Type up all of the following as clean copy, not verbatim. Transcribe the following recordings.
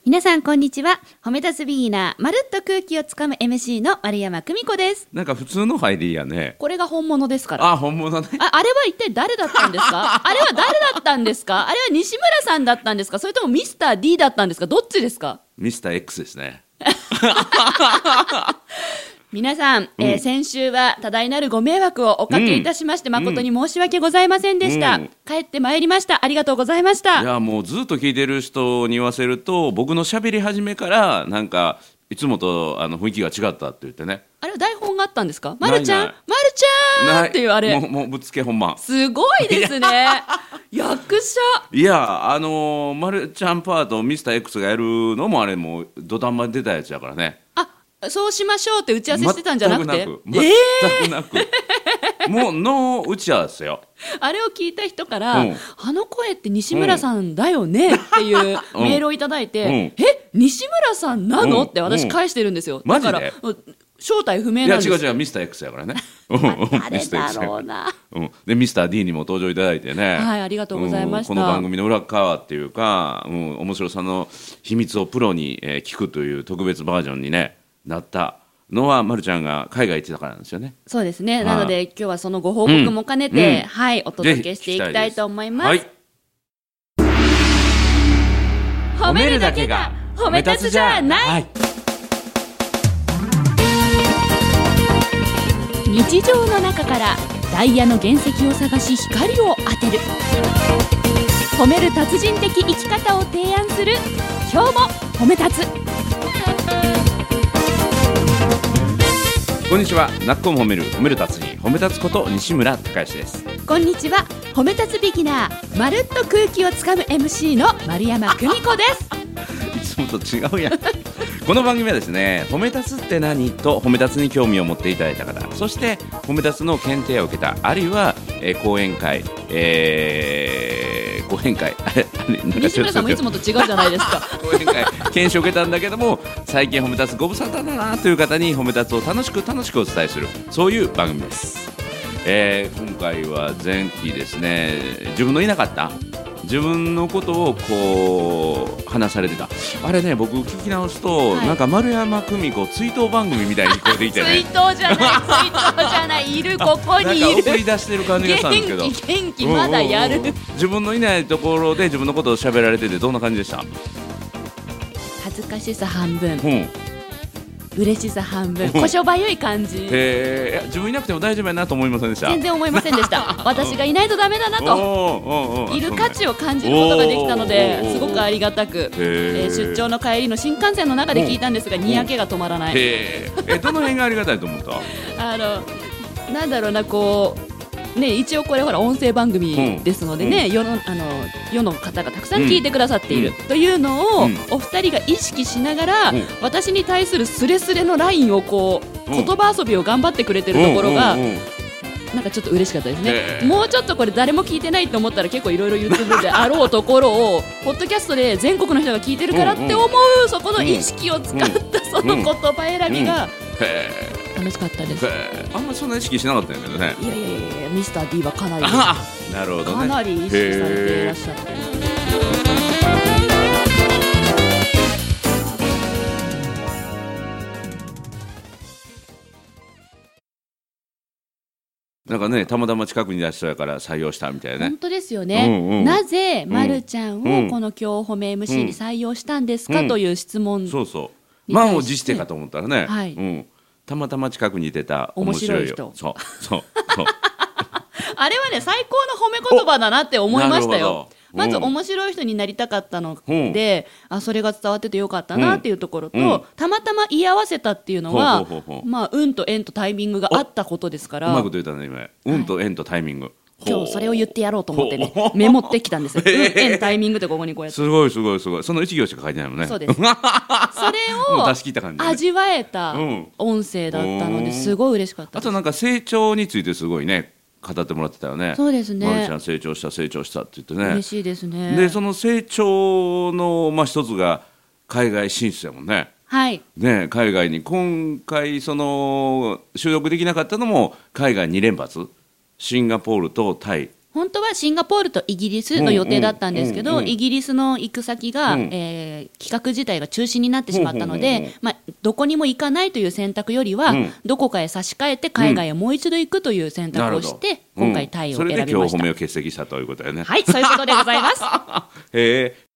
皆さんこんにちは。褒め立つビギナー、まるっと空気をつかむ MC の丸山久美子です。 なんか普通の入りやね。 これが本物ですから。 あ、本物ね。 あれは一体誰だったんですか？あれは誰だったんですか？あれは西村さんだったんですか？それともミスター D だったんですか？どっちですか？ ミスター X ですね。 皆さん、先週は多大なるご迷惑をおかけいたしまして、誠に申し訳ございませんでした、帰ってまいりました。ありがとうございました。 いやもうずっと聞いてる人に言わせると、僕の喋り始めからなんかいつもと雰囲気が違ったって言ってね。 あれは台本があったんですか？まるちゃん、まるちゃんっていうあれ。 もうぶっつけ本番。すごいですね。役者。 いやまるちゃんパートミスター X がやるのもあれもう土壇場で出たやつやからね。 そうしましょうって打ち合わせしてたんじゃなくて、 全くなく、もうノー打ち合わせよ。 あれを聞いた人から、あの声って西村さんだよねっていうメールをいただいて、西村さんなのって私返してるんですよ。 マジで？ だから正体不明なんです。 いや違うミスター X やからね。 誰だろうな。 でミスター D にも登場いただいてね。 はい、ありがとうございました。 この番組の裏側っていうか、面白さの秘密をプロに聞くという特別バージョンにねなったのは、まるちゃんが海外行ってたからなんですよね。 そうですね。なので今日はそのご報告も兼ねて、お届けしていきたいと思います。はい、褒めるだけが褒め立つじゃない。日常の中からダイヤの原石を探し光を当てる、褒める達人的生き方を提案する、今日も褒め立つ。 こんにちは。なっこも褒める達人、褒め立つこと西村孝之です。 こんにちは。褒め立つビギナー、まるっと空気をつかむ MC の丸山久美子です。 いつもと違うやん。この番組はですね、褒め立つって何と褒め立つに興味を持っていただいた方、そして褒め立つの検定を受けた、あるいは、講演会、 西村さんもいつもと違うじゃないですか。 講演会研修を受けたんだけども、最近褒め立つご無沙汰だなという方に褒め立つを楽しくお伝えする、そういう番組です。今回は前期ですね、自分のいなかった自分のことをこう話されてたあれね、僕聞き直すと、なんか丸山久美子追悼番組みたいに聞こえてきてね。 追悼じゃないいる、ここにいる、 なんか送り出してる感じがしたんですけど、 元気まだやる。 自分のいないところで自分のことを喋られてて、どんな感じでした？ 恥ずかしさ半分、嬉しさ半分、こしょばゆい感じ。 自分いなくても大丈夫やなと思いませんでした？ 全然思いませんでした。私がいないとダメだなと、いる価値を感じることができたので、すごくありがたく、出張の帰りの新幹線の中で聞いたんですが、にやけが止まらない。 どの辺がありがたいと思った？ なんだろうな、こうね、一応これほら音声番組ですのでね、世の方がたくさん聞いてくださっているというのを、お二人が意識しながら、私に対するスレスレのラインをこう、言葉遊びを頑張ってくれてるところが、なんかちょっと嬉しかったですね。もうちょっとこれ誰も聞いてないと思ったら、結構いろいろ言ってるであろうところをポッドキャストで全国の人が聞いてるからって思う、そこの意識を使ったその言葉選びが楽しかったです。 あんまりそんな意識しなかったんだけどね。 いやミスター D はかなりなるほどね、 かなり意識されていらっしゃって、 なんかね、たまたま近くにいらっしゃるから採用したみたいなね。 本当ですよね、なぜまるちゃんをこの今日褒め MC に採用したんですか、という質問、満を持してかと思ったらね、たまたま近くにいてた面白い人。そうあれはね、最高の褒め言葉だなって思いましたよ。まず面白い人になりたかったので、それが伝わっててよかったなっていうところと、たまたま居合わせたっていうのは、運と縁とタイミングがあったことですから。 うまいこと言ったね今。運と縁とタイミング、 今日それを言ってやろうと思ってね、メモってきたんですよ。縁タイミングってここにこうやって。 すごい。その一行しか書いてないもんね。 そうです。それを味わえた音声だったので、すごい嬉しかったです。 あとなんか成長についてすごいね語ってもらってたよね。 そうですね。 まるちゃん成長したって言ってね。 嬉しいですね。 でその成長の一つが海外進出やもんね。ね、海外に今回その収録できなかったのも海外2連発、シンガポールとタイ本当はシンガポールとイギリスの予定だったんですけど、 うんうんイギリスの行く先が、企画自体が中止になってしまったので、どこにも行かないという選択よりは、どこかへ差し替えて海外へもう一度行くという選択をして、今回タイを選びました。 それで今日褒めを欠席したということだよね。 はい、そういうことでございます。 へえ。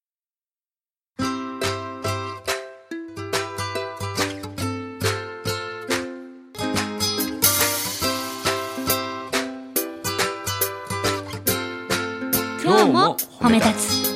今日も褒め立つ。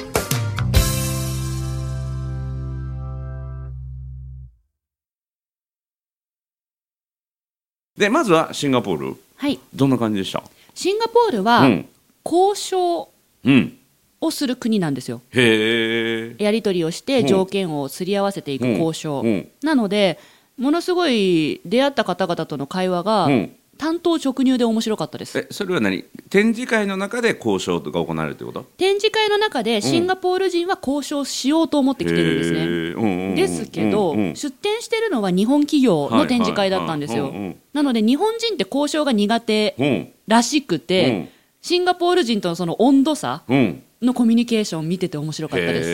でまずはシンガポール、 はい、 どんな感じでした？ シンガポールは、交渉をする国なんですよ。 へえ。 やり取りをして条件をすり合わせていく交渉、なのでものすごい出会った方々との会話が、単刀直入で面白かったです。 それは何？展示会の中で交渉が行われるってこと？ 展示会の中でシンガポール人は交渉しようと思ってきてるんですね。ですけど、出展してるのは日本企業の展示会だったんですよ。なので日本人って交渉が苦手らしくて、シンガポール人とのその温度差のコミュニケーションを見てて面白かったです。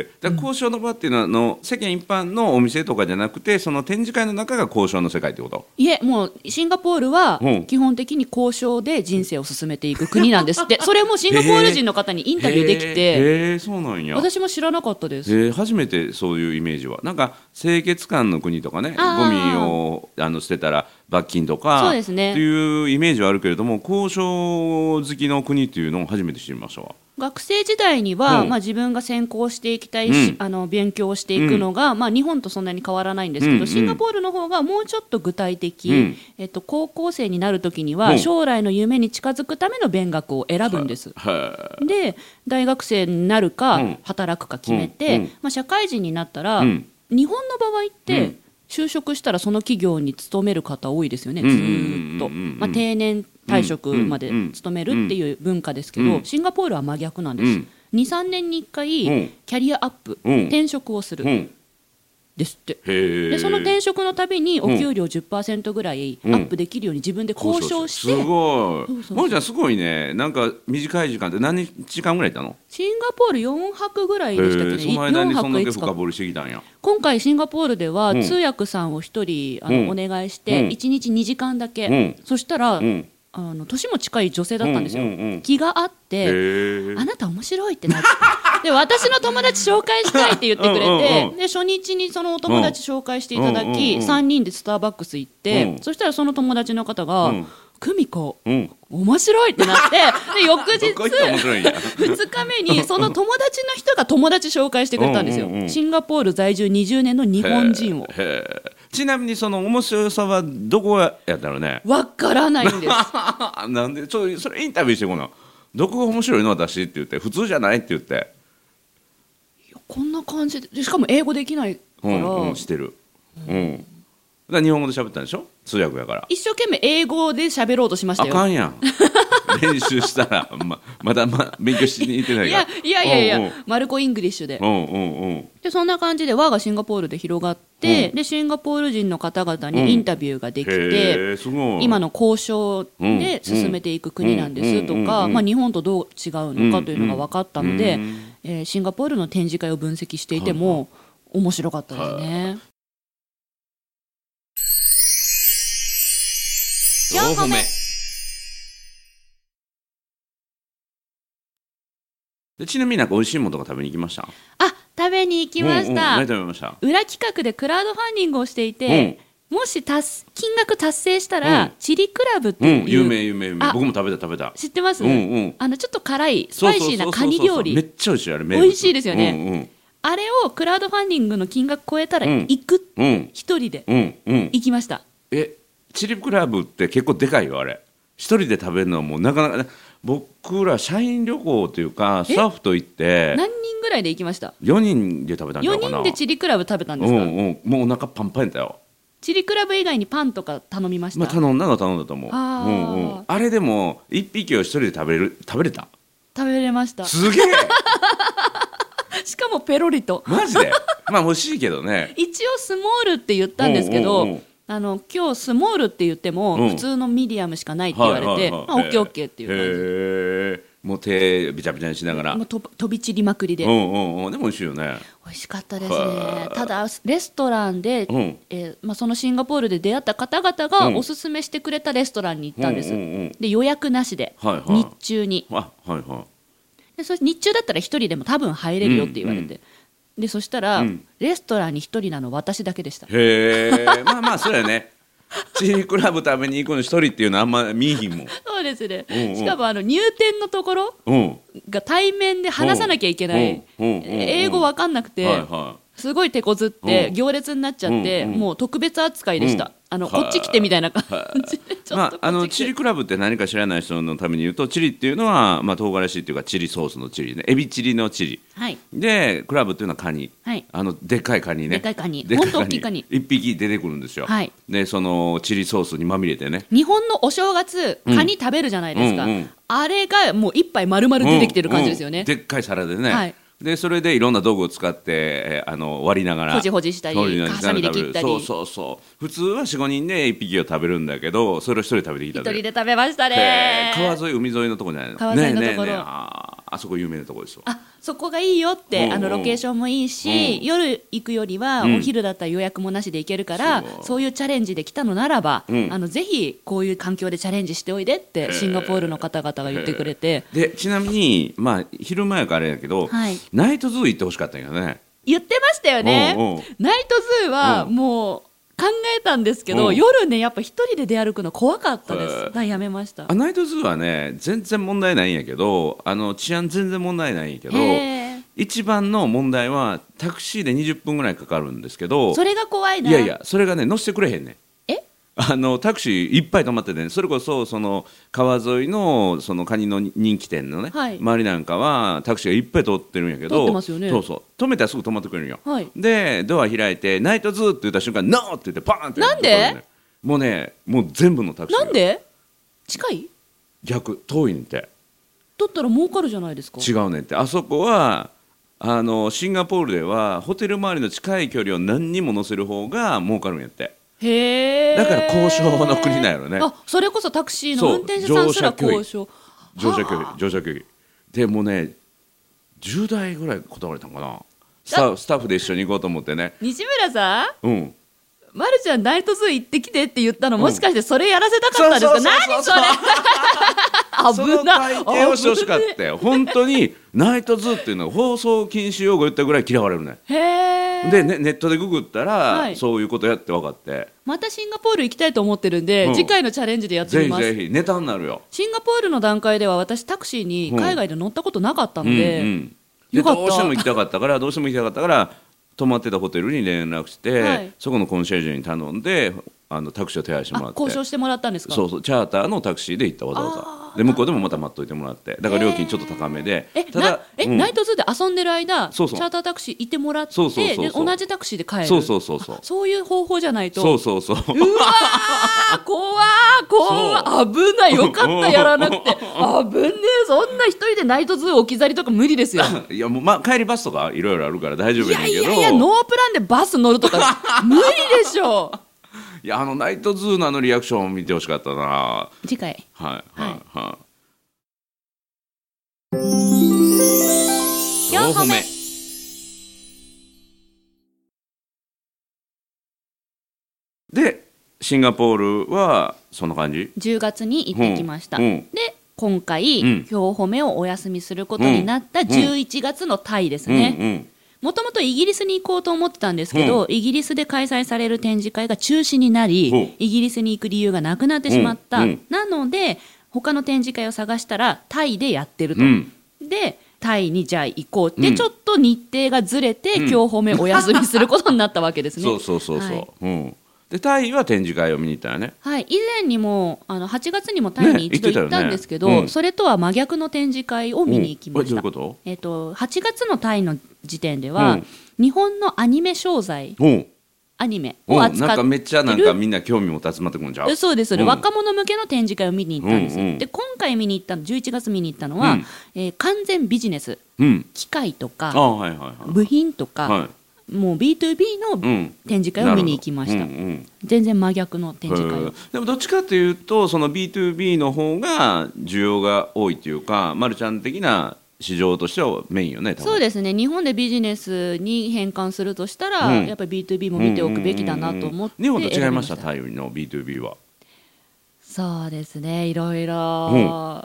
だから交渉の場っていうのは、世間一般のお店とかじゃなくて、その展示会の中が交渉の世界ってこと？ いえ、もうシンガポールは基本的に交渉で人生を進めていく国なんですって。それもシンガポール人の方にインタビューできて、 そうなんや。 私も知らなかったです。 初めてそういうイメージは。なんか清潔感の国とかね、ゴミを捨てたら罰金とか、 そうですね、 っていうイメージはあるけれども、交渉好きの国っていうのを初めて知りましたわ。 学生時代には、自分が専攻していきたいし、勉強していくのが、日本とそんなに変わらないんですけど、シンガポールの方がもうちょっと具体的、高校生になるときには、将来の夢に近づくための勉学を選ぶんです。で大学生になるか、働くか決めて、社会人になったら、日本の場合って、就職したらその企業に勤める方多いですよね、ずーっと、定年退職まで勤めるっていう文化ですけど、シンガポールは真逆なんです。2、3年に1回キャリアアップ、転職をする、ですって。でその転職のたびにお給料 10% ぐらいアップできるように自分で交渉して、 すごい。もりちゃんすごいね。なんか短い時間で何時間ぐらいいたの？ シンガポール4泊ぐらいでしたっけね。 その間にそんだけ深掘りしてきたんや。 今回シンガポールでは通訳さんを1人お願いして、1日2時間だけ、そしたら年も近い女性だったんですよ。気があって、あなた面白いってなってで私の友達紹介したいって言ってくれて、で初日にそのお友達紹介していただき、3人でスターバックス行って、そしたらその友達の方が、久美子、面白いってなってで翌日2日目にその友達の人が友達紹介してくれたんですよ。シンガポール在住20年の日本人を。 ちなみにその面白さはどこやったろうね。 わからないんですなんでそれインタビューしてこな、どこが面白いの私って言って、普通じゃないって言って、 いやこんな感じで、しかも英語できないから、 してる、だから日本語で喋ったんでしょ、通訳やから。 一生懸命英語で喋ろうとしましたよ。 あかんやん練習したらまだ勉強しに行ってないから。 いやマルコイングリッシュで、でそんな感じで輪がシンガポールで広がって、でシンガポール人の方々にインタビューができて、今の交渉で進めていく国なんですとか、日本とどう違うのかというのが分かったので、シンガポールの展示会を分析していても面白かったですね。4個目。 でちなみになんか美味しいものとか食べに行きました？ 食べに行きました。 何食べました？ 裏企画でクラウドファンディングをしていて、もし金額達成したら、チリクラブっていう、 有名僕も食べた。 知ってます？ちょっと辛いスパイシーなカニ料理、 めっちゃ美味しい。あれ美味しいですよね。あれをクラウドファンディングの金額超えたら行く、一人で行きました。 チリクラブって結構でかいよあれ。一人で食べるのはもうなかなか、僕ら社員旅行というかスタッフと行って何人ぐらいで行きました？ 4人で食べたんじゃないかな。 4人でチリクラブ食べたんですか？ もうお腹パンパンだよ。 チリクラブ以外にパンとか頼みました？ 頼んだと思う。あれでも1匹を一人で食べれた？ 食べれました。 すげえしかもペロリと。 マジで美味しいけどね。 一応スモールって言ったんですけど、 今日スモールって言っても、普通のミディアムしかないって言われて、オッケーオッケーっていう感じ。 へえ。もう手びちゃびちゃにしながら。 もう飛び散りまくりで。 でも美味しいよね。 美味しかったですね。ただレストランで、そのシンガポールで出会った方々がおすすめしてくれたレストランに行ったんです。で予約なしで、日中に。でそして日中だったら一人でも多分入れるよって言われて。でそしたら、レストランに一人なの私だけでした。 へえ。まあそうやね。チリクラブ食べに行くの一人っていうのはあんま見えひんもん。 そうですね。しかも入店のところが対面で話さなきゃいけない。英語わかんなくて、すごい手こずって行列になっちゃって、もう特別扱いでした。こっち来てみたいな感じでちょっとチリクラブって何か知らない人のために言うと、チリっていうのは、唐辛子っていうかチリソースのチリね、エビチリのチリ、でクラブっていうのはカニ、でっかいカニね、 でっかいカニ、本当大きいカニ 1匹出てくるんですよ、でそのチリソースにまみれてね。 日本のお正月カニ食べるじゃないですか、あれがもう一杯丸々出てきてる感じですよね、 でっかい皿でね、でそれでいろんな道具を使って割りながらほじほじしたりハサミで切ったり、 そう普通は 4,5 人で1匹を食べるんだけど、それを1人食べてきた。 1人で食べましたね。 川沿い海沿いのとこじゃないの。 川沿いのところ、 あそこ有名なところですよ。 そこがいいよって、ロケーションもいいし、夜行くよりはお昼だったら予約もなしで行けるから、そういうチャレンジで来たのならば、ぜひこういう環境でチャレンジしておいでってシンガポールの方々が言ってくれて、 でちなみに、昼前からあれやけど、ナイトズー行ってほしかったんやね。 言ってましたよね。ナイトズーはもう考えたんですけど、夜ねやっぱ一人で出歩くの怖かったです。やめました。 ナイトズーはね全然問題ないんやけど、治安全然問題ないんやけど、一番の問題はタクシーで20分ぐらいかかるんですけど、 それが怖いな。 いやそれがね乗せてくれへんねん。タクシーいっぱい止まっててね、それこそその川沿いのそのカニの人気店のね、周りなんかはタクシーがいっぱい通ってるんやけど、 通ってますよね。 止めたらすぐ止まってくれるんよ、でドア開いてナイトズーって言った瞬間ノーって言ってパーンって、 なんでもう全部のタクシーがなんで近い逆遠いねんて。 だったら儲かるじゃないですか。 違うねんって。あそこはシンガポールではホテル周りの近い距離を何人も乗せる方が儲かるんやって。 へー、 だから交渉の国なんやろね。 それこそタクシーの運転手さんすら交渉、 乗車距離でもうね10台ぐらい断られたのかな。スタッフで一緒に行こうと思ってね。 西村さん、まるちゃんナイトズー行ってきてって言ったの、もしかしてそれやらせたかったんですか。何それその体験をしてほしかったよ本当に。ナイトズーっていうのは放送禁止用語言ったぐらい嫌われるね。で、ネットでググったら、そういうことやって分かって、 またシンガポール行きたいと思ってるんで、次回のチャレンジでやってみます。 ぜひネタになるよ。 シンガポールの段階では私タクシーに海外で乗ったことなかったので、 どうしても行きたかったから泊まってたホテルに連絡して、そこのコンシェルジュに頼んでタクシーを手配してもらって、 交渉してもらったんですか。 チャーターのタクシーで行った。わざわざで向こうでもまた待っといてもらって、だから料金ちょっと高めで、ただナイトズーで遊んでる間チャータータクシー行ってもらって、で同じタクシーで帰る。そういう方法じゃないと。うわー怖危ない。よかったやらなくて。危ねえ。そんな一人でナイトズー置き去りとか無理ですよ。 いやもう帰りバスとかいろいろあるから大丈夫やねんけど、 いやノープランでバス乗るとか無理でしょ。 いやナイトズーのリアクションを見てほしかったな。 次回。4歩目。 でシンガポールはそんな感じ。 10月に行ってきました、で今回、4歩目をお休みすることになった11月のタイですね。もともとイギリスに行こうと思ってたんですけど、イギリスで開催される展示会が中止になり、イギリスに行く理由がなくなってしまった、なので他の展示会を探したらタイでやってると、でタイにじゃあ行こうって、ちょっと日程がずれて、今日褒めお休みすることになったわけですね。 でタイは展示会を見に行ったよね。 以前にも8月にもタイに一度行ったんですけど、それとは真逆の展示会を見に行きました。8月のタイの時点では、日本のアニメ商材、アニメを扱ってる、 なんかめっちゃみんな興味持って集まってくるんじゃん。 そうです、若者向けの展示会を見に行ったんです、で今回見に行ったの11月見に行ったのは、完全ビジネス、機械とか、部品とか、 もう B2B の展示会を見に行きました、全然真逆の展示会を。 でもどっちかというとその B2B の方が需要が多いというか、まるちゃん的な市場としてはメインよね。 そうですね、日本でビジネスに変換するとしたら、やっぱり B2B も見ておくべきだなと思って。 日本と違いました、タイの B2B は。 そうですね、いろいろ、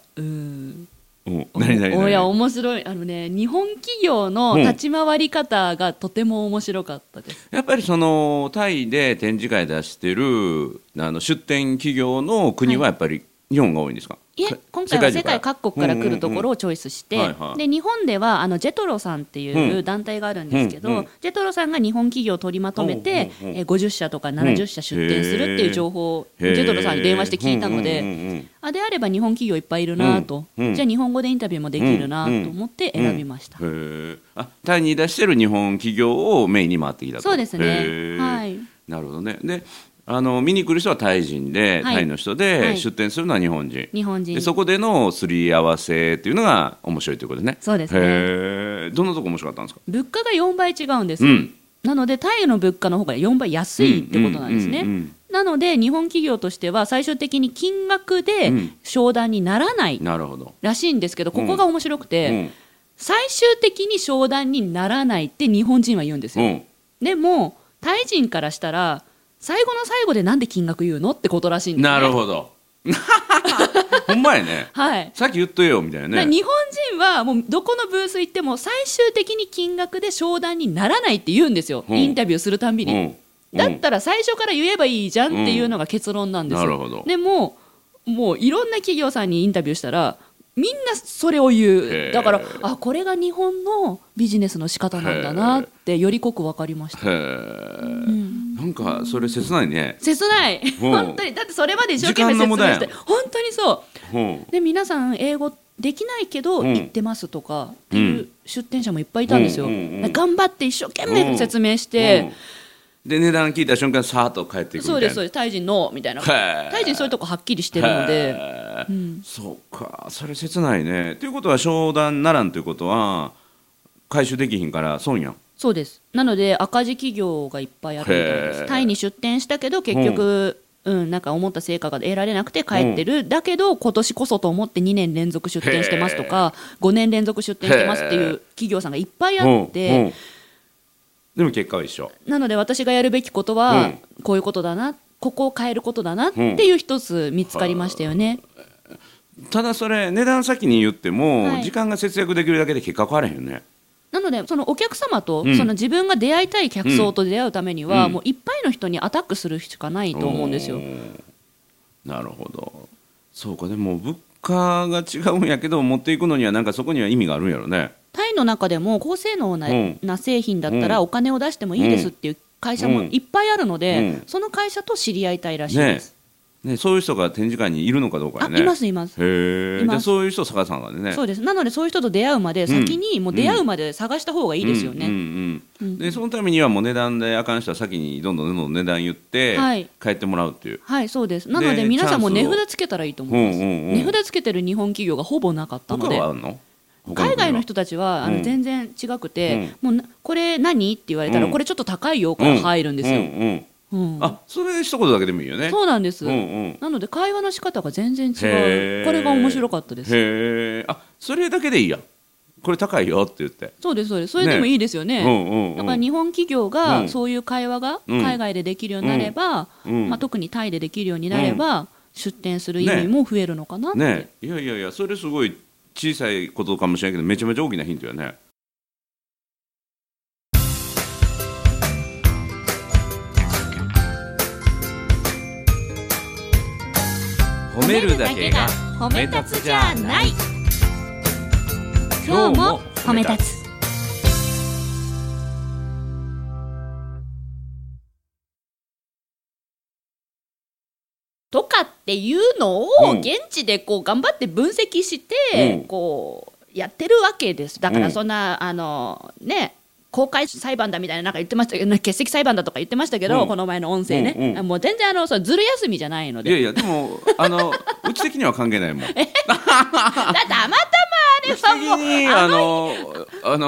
いや面白い、日本企業の立ち回り方がとても面白かったです、 やっぱりそのタイで展示会出してる出展企業の国はやっぱり日本が多いんですか？ いえ、今回は世界各国から来るところをチョイスして、で日本ではジェトロさんっていう団体があるんですけど、ジェトロさんが日本企業を取りまとめて、50社とか70社出展するっていう情報をジェトロさんに電話して聞いたので、であれば日本企業いっぱいいるなと、じゃあ日本語でインタビューもできるなと思って選びました。 タイに出してる日本企業をメインに回ってきたと。 そうですね、はい。 なるほどね。で見に来る人はタイ人で、タイの人で、出店するのは日本人で、そこでのすり合わせっていうのが面白いということですね。 そうですね。 どんなとこ面白かったんですか？ 物価が4倍違うんです、なのでタイの物価の方が4倍安いってことなんですね、なので日本企業としては最終的に金額で商談にならないらしいんですけど、ここが面白くて、最終的に商談にならないって日本人は言うんですよ、でもタイ人からしたら最後の最後でなんで金額言うのってことらしいんですね。 なるほどほんまやね、 はい、 さっき言っとよみたいなね。 日本人はもうどこのブース行っても最終的に金額で商談にならないって言うんですよ、インタビューするたんびに、だったら最初から言えばいいじゃんっていうのが結論なんですよ、 なるほど。 でもういろんな企業さんにインタビューしたらみんなそれを言う。だからこれが日本のビジネスの仕方なんだなってより濃く分かりました。 なんかそれ切ないね。 切ない本当に。だってそれまで一生懸命説明して本当にそうで、皆さん英語できないけど行ってますとかっていう出店者もいっぱいいたんですよ、頑張って一生懸命説明して、 で値段聞いた瞬間さーっと帰っていくみたいな。 そうですそうです。タイ人のみたいな。タイ人そういうとこはっきりしてるので、 そうか、それ切ないね。ということは商談ならんということは回収できひんから損やん。 そうです。なので赤字企業がいっぱいあるみたいです。タイに出店したけど結局、なんか思った成果が得られなくて帰ってる、だけど今年こそと思って2年連続出店してますとか5年連続出店してますっていう企業さんがいっぱいあって、 でも結果は一緒なので、私がやるべきことはこういうことだな、ここを変えることだなっていう一つ見つかりましたよね、 ただそれ値段先に言っても、時間が節約できるだけで結果変わらへんよね。 なのでそのお客様と、その自分が出会いたい客層と出会うためには、もういっぱいの人にアタックするしかないと思うんですよ。 なるほど。そうか。でも物価が違うんやけど持っていくのにはなんかそこには意味があるんやろね。 タイの中でも高性能な製品だったらお金を出してもいいですっていう会社もいっぱいあるので、その会社と知り合いたいらしいです、 そういう人が展示会にいるのかどうかね。 いますいます。 へえ。そういう人を探さないね。 そうです。なのでそういう人と出会うまで先にもう出会うまで探した方がいいですよね。 でそのためにはもう値段であかん人は先にどんどん値段言って帰ってもらうっていう。 はい、そうです。なので皆さんも値札つけたらいいと思います。値札つけてる日本企業がほぼなかったので。 他はあるの？ 海外の人たちは全然違くて、もうこれ何って言われたら、これちょっと高いよから入るんですよ。 それ一言だけでもいいよね。 そうなんです、なので会話の仕方が全然違う。これが面白かったです。 へえ。それだけでいいや。これ高いよって言って。 そうですそうです。それでもいいですよね。だから日本企業がそういう会話が海外でできるようになれば、特にタイでできるようになれば、出店する意味も増えるのかなって。 いやいやいや、それすごい小さいことかもしれないけどめちゃめちゃ大きなヒントやね。褒めるだけが褒め立つじゃない。 今日も褒め立つ。とかっていうのを現地でこう頑張って分析してこうやってるわけです。だからそんな公開裁判だみたいななんか言ってましたけど、欠席裁判だとか言ってましたけど、この前の音声ね、もう全然それずる休みじゃないので。 いやいや、でもうち的には関係ないもん。だってたまたまあれはもうう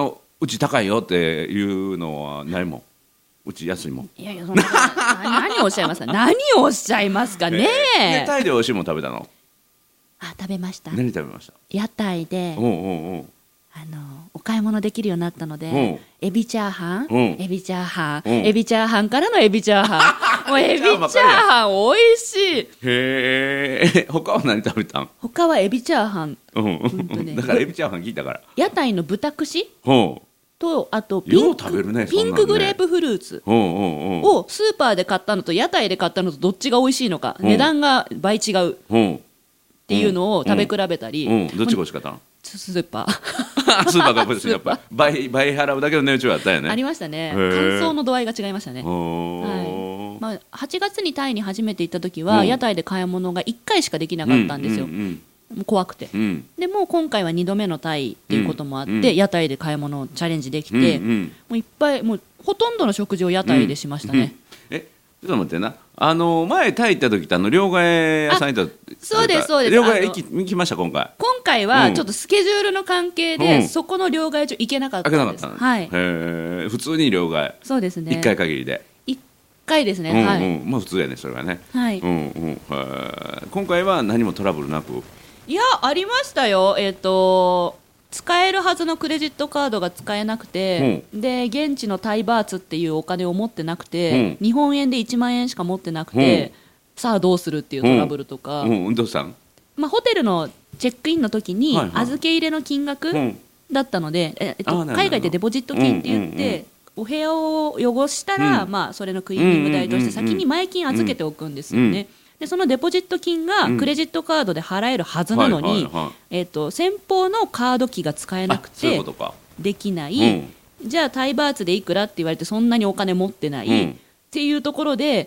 うち高いよっていうのはないもん。うち安いもん。 いやいや、そんな何をおっしゃいますか。何をおっしゃいますかね。 でタイで美味しいもん食べたの？ 食べました。 何食べました？ 屋台でお買い物できるようになったので、エビチャーハン、エビチャーハン、エビチャーハンからのエビチャーハン。もうエビチャーハン美味しい。 へえ。他は何食べたん？ 他はエビチャーハン。 だからエビチャーハン聞いたから。 屋台の豚串と、あとピンクグレープフルーツをスーパーで買ったのと屋台で買ったのとどっちが美味しいのか、値段が倍違うっていうのを食べ比べたり。 どっちが美味しかったの？ スーパースーパーが美味しい。やっぱ倍払うだけの値打ちはあったよね。 ありましたね。乾燥の度合いが違いましたね。8月にタイに初めて行った時は屋台で買い物が1回しかできなかったんですよ。怖くて、でも今回は2度目のタイっていうこともあって、屋台で買い物をチャレンジできて、もういっぱい、もうほとんどの食事を屋台でしましたね。 ちょっと待ってな、前タイ行った時って両替屋さん行った。 そうですそうです。 両替行きました。今回はちょっとスケジュールの関係で、そこの両替所行けなかったんです。はい。 普通に両替。 そうですね。 1回限りで。 1回ですね。はい。 まあ普通やね、それはね。 はい。 今回は何もトラブルなく。 いや、ありましたよ。使えるはずのクレジットカードが使えなくて、で現地のタイバーツっていうお金を持ってなくて、日本円で1万円しか持ってなくて、さあどうするっていうトラブルとか、 どうしたん？ ホテルのチェックインの時に預け入れの金額だったので、海外でデポジット金って言って、お部屋を汚したら、それのクリーニング代として先に前金預けておくんですよね。でそのデポジット金がクレジットカードで払えるはずなのに、先方のカード機が使えなくてできない、じゃあタイバーツでいくらって言われてそんなにお金持ってない、っていうところで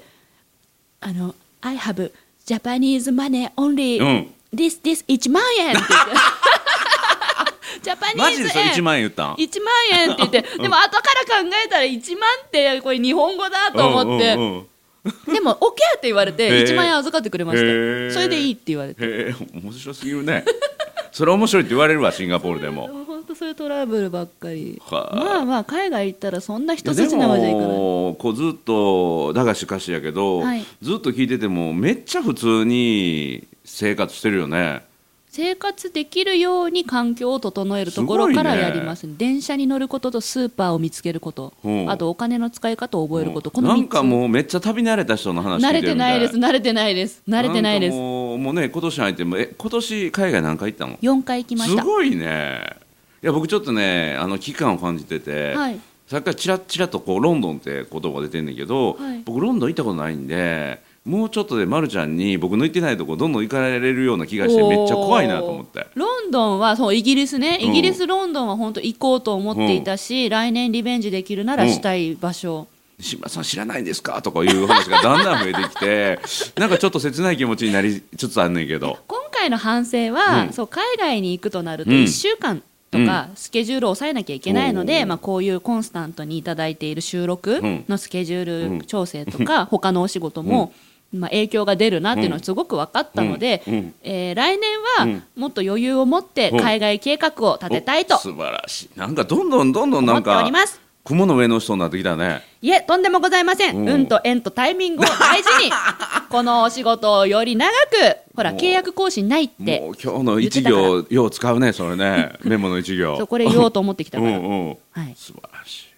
I have Japanese money only、this 1万円って言ってジャパニーズ円マジでそれ1万円言ったん？ 1万円って言ってでも後から考えたら1万ってこれ日本語だと思って、でも OK って言われて1万円預かってくれました。それでいいって言われて。 面白すぎるね。それ面白いって言われるわ、シンガポールでも。 本当そういうトラブルばっかり。まあ海外行ったらそんな一筋縄じゃいかない。でもこうずっとだがしかしやけど、ずっと聞いててもめっちゃ普通に生活してるよね。 生活できるように環境を整えるところからやりますね。電車に乗ることとスーパーを見つけること、あとお金の使い方を覚えること、この3つ。なんかもうめっちゃ旅慣れた人の話聞いてるみたい。 慣れてないですもうね、今年入っても今年海外何回行ったの ？4回行きました。 すごいね。いや僕ちょっとね危機感を感じてて、さっきからチラッチラとこうロンドンって言葉が出てるんだけど、僕ロンドン行ったことないんで、もうちょっとでまるちゃんに僕の行ってないとこどんどん行かれるような気がしてめっちゃ怖いなと思って。 ロンドンはそうイギリスね、イギリスロンドンは本当行こうと思っていたし、来年リベンジできるならしたい場所。 島田さん知らないんですかとかいう話がだんだん増えてきてなんかちょっと切ない気持ちになりつつあんねんけど、 今回の反省は、そう海外に行くとなると1週間とかスケジュールを抑えなきゃいけないので、こういうコンスタントにいただいている収録のスケジュール調整とか、他のお仕事も、影響が出るなっていうのはすごく分かったので、来年はもっと余裕を持って海外計画を立てたいと、 素晴らしい。なんかどんどんなんか雲の上の人になってきたね。 いえ、とんでもございません。運と縁とタイミングを大事にこのお仕事をより長く、ほら契約更新ないってもう今日の一行よう使うね、それねメモの一行そうこれ言おうと思ってきたから素晴らしい。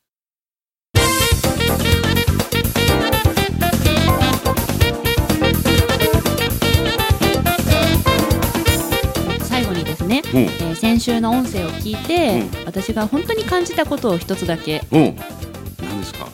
最後にですね、先週の音声を聞いて、私が本当に感じたことを一つだけ。 何ですか？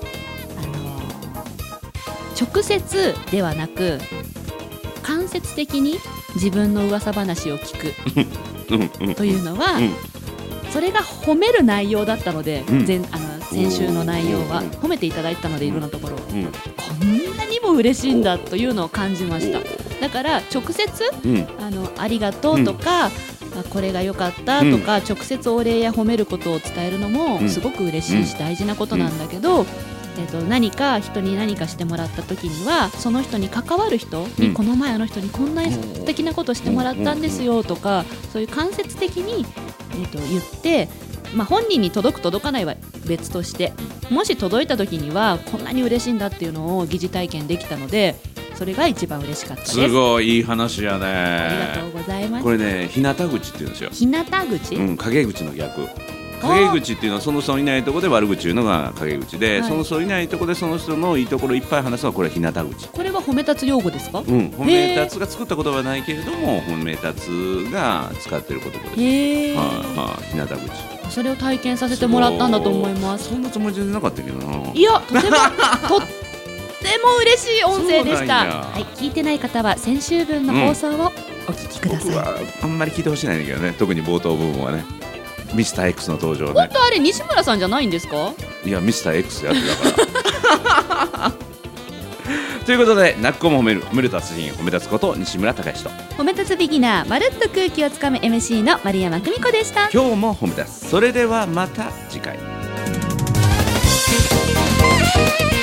直接ではなく間接的に自分の噂話を聞くというのは、それが褒める内容だったので、先週の内容は褒めていただいたので、いろんなところ、こんなにも嬉しいんだというのを感じました。だから直接、ありがとうとか、これが良かったとか、直接お礼や褒めることを伝えるのもすごく嬉しいし大事なことなんだけど、何か人に何かしてもらった時には、その人に関わる人に、この前あの人にこんな素敵なことしてもらったんですよとか、そういう間接的に、言って、 本人に届く届かないは別として、もし届いた時にはこんなに嬉しいんだっていうのを疑似体験できたので、それが一番嬉しかったです。 すごいいい話やね。 ありがとうございます。 これね、日向口って言うんですよ。 日向口、 陰口の逆。陰口っていうのはその人いないところで悪口言うのが陰口で、その人いないところでその人のいいところいっぱい話すのはこれ日向口。 これは褒め立つ用語ですか？ 褒め立つが作った言葉はないけれども、褒め立つが使ってる言葉です。日向口。 それを体験させてもらったんだと思います。 そんなつもりじゃなかったけどな。 いや、とても嬉しい音声でした。はい、聞いてない方は先週分の放送をお聞きください。 僕はあんまり聞いてほしいんだけどね、特に冒頭部分はね。ミスター X の登場ね。 本当あれ西村さんじゃないんですか？ いや、ミスター X やってたからということで、泣く子も褒める、褒める達人、褒め立つこと西村孝之と褒め立つビギナー、まるっと空気をつかむ MC の丸山久美子でした。 今日も褒め立つ。それではまた次回。